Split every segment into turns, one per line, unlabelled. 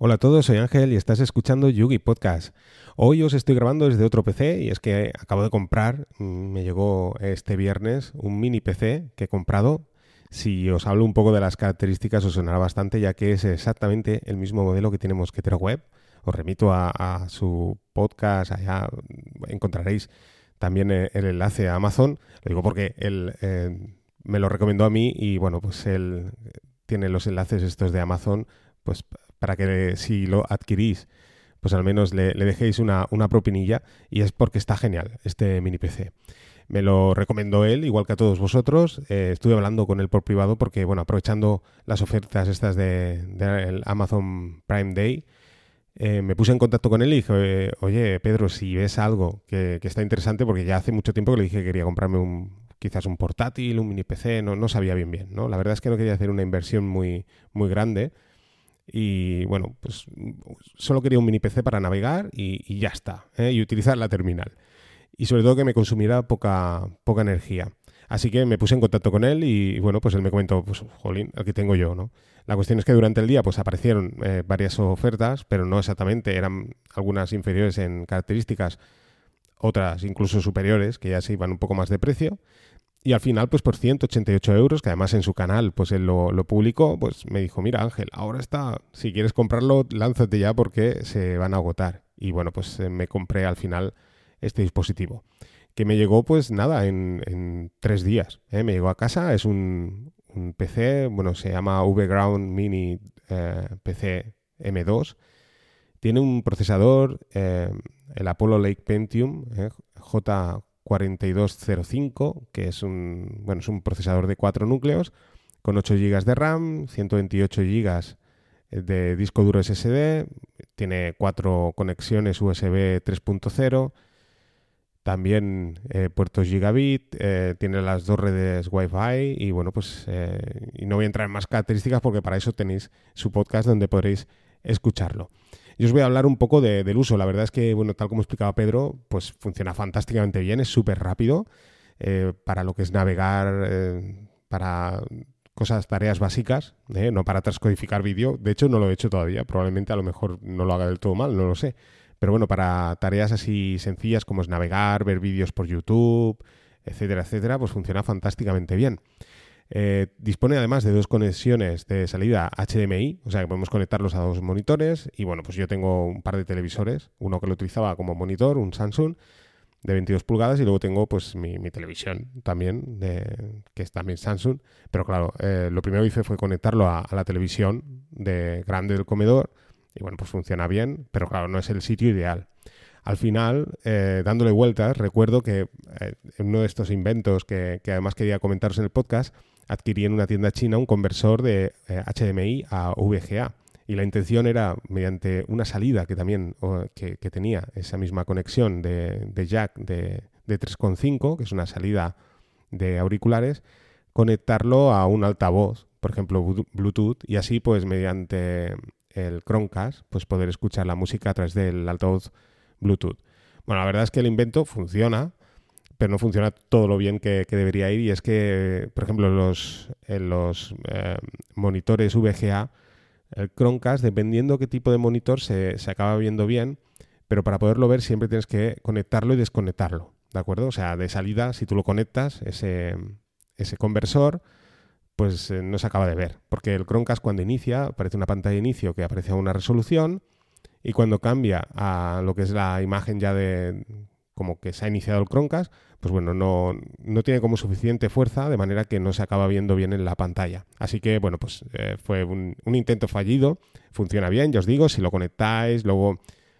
Hola a todos, soy Ángel y estás escuchando Yugi Podcast. Hoy os estoy grabando desde otro PC y es que acabo de comprar, me llegó este viernes un mini PC que he comprado. Si os hablo un poco de las características os sonará bastante, ya que es exactamente el mismo modelo que tiene Mosquetero Web. Os remito a su podcast, allá encontraréis también el enlace a Amazon. Lo digo porque él me lo recomendó a mí y bueno, pues él tiene los enlaces estos de Amazon, pues para que si lo adquirís, pues al menos le dejéis una propinilla, y es porque está genial este mini PC. Me lo recomendó él, igual que a todos vosotros. Estuve hablando con él por privado porque, bueno, aprovechando las ofertas estas del Amazon Prime Day, me puse en contacto con él y dije, oye, Pedro, si ves algo que está interesante, porque ya hace mucho tiempo que le dije que quería comprarme quizás un portátil, un mini PC, no sabía bien, ¿no? La verdad es que no quería hacer una inversión muy grande. Y bueno, pues solo quería un mini PC para navegar y ya está, y utilizar la terminal. Y sobre todo que me consumiera poca energía. Así que me puse en contacto con él y bueno, pues él me comentó, pues jolín, el que tengo yo, ¿no? La cuestión es que durante el día pues aparecieron varias ofertas, pero no exactamente, eran algunas inferiores en características, otras incluso superiores, que ya se iban un poco más de precio. Y al final, pues por 188 euros, que además en su canal pues él lo publicó, pues me dijo, mira Ángel, ahora está, si quieres comprarlo, lánzate ya porque se van a agotar. Y bueno, pues me compré al final este dispositivo, que me llegó pues nada, en 3 días. Me llegó a casa, es un PC, bueno, se llama VGround Mini PC M2. Tiene un procesador, el Apollo Lake Pentium J4205, que es es un procesador de 4 núcleos con 8 GB de RAM, 128 GB de disco duro SSD, tiene 4 conexiones USB 3.0, también puertos gigabit, tiene las 2 redes Wi-Fi y bueno, pues y no voy a entrar en más características porque para eso tenéis su podcast donde podréis escucharlo. Yo os voy a hablar un poco del uso. La verdad es que, bueno, tal como explicaba Pedro, pues funciona fantásticamente bien, es súper rápido para lo que es navegar, para tareas básicas, no para transcodificar vídeo. De hecho, no lo he hecho todavía. Probablemente a lo mejor no lo haga del todo mal, no lo sé. Pero bueno, para tareas así sencillas como es navegar, ver vídeos por YouTube, etcétera, etcétera, pues funciona fantásticamente bien. Dispone además de 2 conexiones de salida HDMI, o sea que podemos conectarlos a 2 monitores. Y bueno, pues yo tengo un par de televisores, uno que lo utilizaba como monitor, un Samsung de 22 pulgadas, y luego tengo pues mi televisión también, que es también Samsung. Pero claro, lo primero que hice fue conectarlo a la televisión grande del comedor, y bueno, pues funciona bien, pero claro, no es el sitio ideal. Al final, dándole vueltas, recuerdo que en uno de estos inventos que además quería comentaros en el podcast, adquirí en una tienda china un conversor de HDMI a VGA. Y la intención era, mediante una salida que también que tenía esa misma conexión de jack de 3,5, que es una salida de auriculares, conectarlo a un altavoz, por ejemplo Bluetooth, y así pues mediante el Chromecast pues poder escuchar la música a través del altavoz Bluetooth. Bueno, la verdad es que el invento funciona, pero no funciona todo lo bien que debería ir, y es que, por ejemplo, en los monitores VGA, el Chromecast, dependiendo qué tipo de monitor, se acaba viendo bien, pero para poderlo ver siempre tienes que conectarlo y desconectarlo, ¿de acuerdo? O sea, de salida, si tú lo conectas, ese conversor, pues no se acaba de ver, porque el Chromecast cuando inicia, aparece una pantalla de inicio que aparece a una resolución, y cuando cambia a lo que es la imagen ya de como que se ha iniciado el Chromecast, pues bueno, no tiene como suficiente fuerza, de manera que no se acaba viendo bien en la pantalla. Así que, bueno, pues fue un intento fallido. Funciona bien, ya os digo, si lo conectáis, luego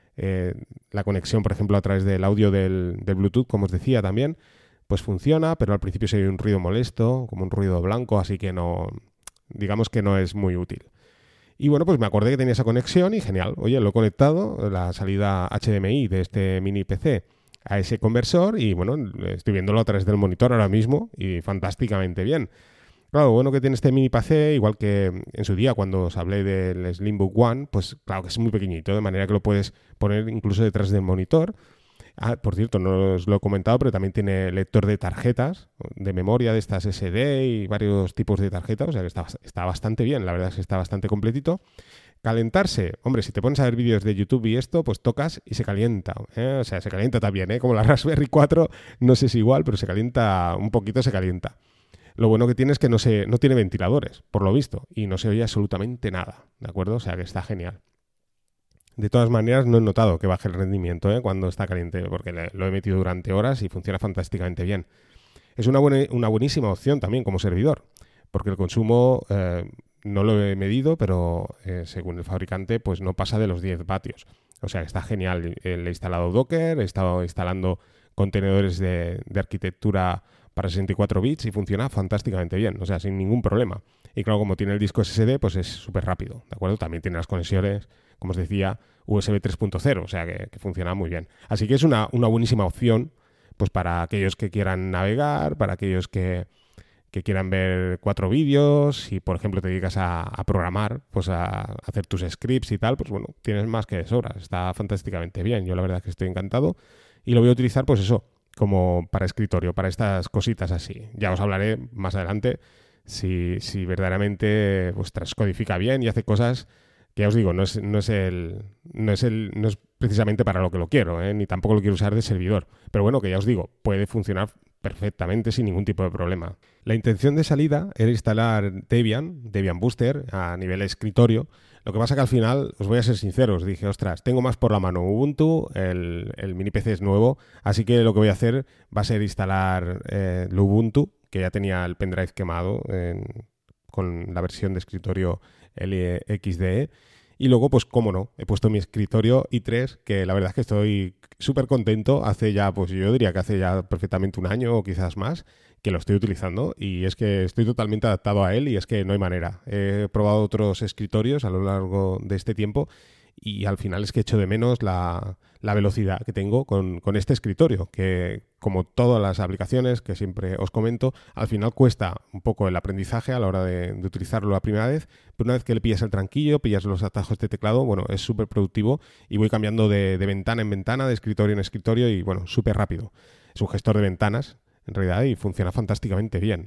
la conexión, por ejemplo, a través del audio del Bluetooth, como os decía también, pues funciona, pero al principio se oye un ruido molesto, como un ruido blanco, así que digamos que no es muy útil. Y bueno, pues me acordé que tenía esa conexión y genial. Oye, lo he conectado, la salida HDMI de este mini PC a ese conversor, y bueno, estoy viéndolo a través del monitor ahora mismo y fantásticamente bien. Claro, lo bueno que tiene este mini PC, igual que en su día cuando os hablé del Slimbook One, pues claro que es muy pequeñito, de manera que lo puedes poner incluso detrás del monitor. Ah, por cierto, no os lo he comentado, pero también tiene lector de tarjetas, de memoria de estas SD y varios tipos de tarjetas, o sea que está bastante bien, la verdad es que está bastante completito. Calentarse, hombre, si te pones a ver vídeos de YouTube y esto, pues tocas y se calienta, ¿eh? O sea, se calienta también, ¿eh? Como la Raspberry 4, no sé si igual, pero se calienta, un poquito se calienta. Lo bueno que tiene es que no tiene ventiladores, por lo visto, y no se oye absolutamente nada, ¿de acuerdo? O sea, que está genial. De todas maneras, no he notado que baje el rendimiento, ¿eh? Cuando está caliente, porque lo he metido durante horas y funciona fantásticamente bien. Es una buenísima opción también como servidor, porque el consumo no lo he medido, pero según el fabricante pues no pasa de los 10 vatios. O sea, está genial. Le he instalado Docker, he estado instalando contenedores de arquitectura para 64 bits y funciona fantásticamente bien, o sea, sin ningún problema. Y claro, como tiene el disco SSD, pues es súper rápido, ¿de acuerdo? También tiene las conexiones, como os decía, USB 3.0, o sea, que funciona muy bien. Así que es una buenísima opción pues para aquellos que quieran navegar, para aquellos que quieran ver 4 vídeos y, por ejemplo, te dedicas a programar, pues a hacer tus scripts y tal, pues bueno, tienes más que de sobra. Está fantásticamente bien. Yo la verdad es que estoy encantado y lo voy a utilizar, pues eso, como para escritorio, para estas cositas así. Ya os hablaré más adelante si verdaderamente pues transcodifica bien y hace cosas que ya os digo, no es precisamente para lo que lo quiero, ni tampoco lo quiero usar de servidor. Pero bueno, que ya os digo, puede funcionar perfectamente sin ningún tipo de problema. La intención de salida era instalar Debian Booster a nivel escritorio. Lo que pasa que al final, os voy a ser sincero, os dije, ostras, tengo más por la mano Ubuntu, el mini PC es nuevo, así que lo que voy a hacer va a ser instalar el Ubuntu, que ya tenía el pendrive quemado con la versión de escritorio LXDE. Y luego, pues cómo no, he puesto mi escritorio i3, que la verdad es que estoy súper contento. Hace ya, pues yo diría que hace ya perfectamente un año o quizás más que lo estoy utilizando y es que estoy totalmente adaptado a él y es que no hay manera. He probado otros escritorios a lo largo de este tiempo y al final es que echo de menos la velocidad que tengo con este escritorio, que como todas las aplicaciones que siempre os comento, al final cuesta un poco el aprendizaje a la hora de utilizarlo la primera vez, pero una vez que le pillas el tranquillo, pillas los atajos de teclado, bueno, es súper productivo y voy cambiando de ventana en ventana, de escritorio en escritorio y bueno, súper rápido. Es un gestor de ventanas, en realidad, y funciona fantásticamente bien,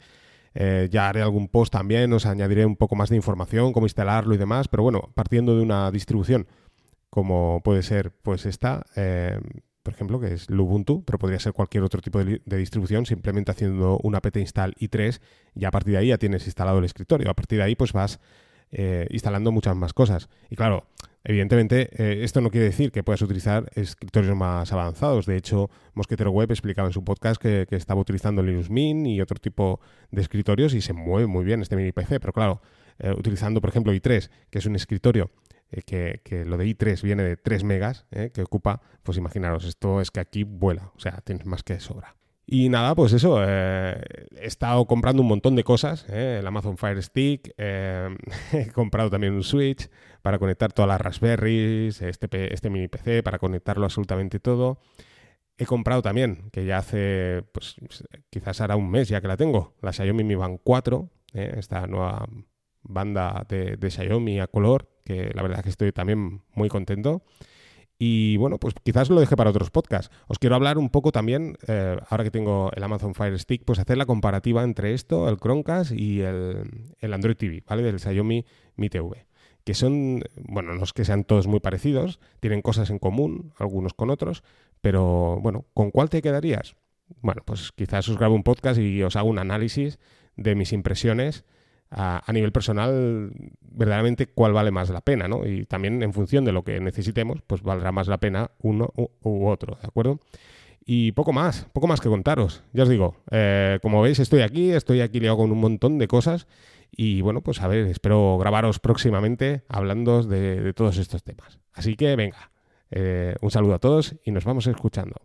ya haré algún post también, os añadiré un poco más de información, cómo instalarlo y demás, pero bueno, partiendo de una distribución como puede ser pues esta, por ejemplo, que es Ubuntu, pero podría ser cualquier otro tipo de distribución, simplemente haciendo un apt install i3 y a partir de ahí ya tienes instalado el escritorio. A partir de ahí pues vas instalando muchas más cosas. Y claro, evidentemente esto no quiere decir que puedas utilizar escritorios más avanzados. De hecho, Mosquetero Web explicaba en su podcast que estaba utilizando Linux Mint y otro tipo de escritorios y se mueve muy bien este mini PC. Pero claro, utilizando por ejemplo i3, que es un escritorio que lo de i3 viene de 3 megas que ocupa, pues imaginaros, esto es que aquí vuela, o sea, tienes más que de sobra. Y nada, pues eso, he estado comprando un montón de cosas, el Amazon Fire Stick, he comprado también un Switch para conectar todas las Raspberries, este mini PC para conectarlo absolutamente todo. He comprado también, que ya hace, pues quizás hará un mes ya que la tengo, la Xiaomi Mi Band 4, esta nueva banda de Xiaomi a color, que la verdad es que estoy también muy contento. Y bueno, pues quizás lo deje para otros podcasts. Os quiero hablar un poco también, ahora que tengo el Amazon Fire Stick, pues hacer la comparativa entre esto, el Chromecast y el Android TV, ¿vale? Del Xiaomi Mi TV. Que son, bueno, no es que sean todos muy parecidos, tienen cosas en común, algunos con otros, pero bueno, ¿con cuál te quedarías? Bueno, pues quizás os grabo un podcast y os hago un análisis de mis impresiones a nivel personal, verdaderamente cuál vale más la pena, ¿no? Y también en función de lo que necesitemos, pues valdrá más la pena uno u otro, ¿de acuerdo? Y poco más que contaros. Ya os digo, como veis estoy aquí liado con un montón de cosas y bueno, pues a ver, espero grabaros próximamente hablando de todos estos temas. Así que venga, un saludo a todos y nos vamos escuchando.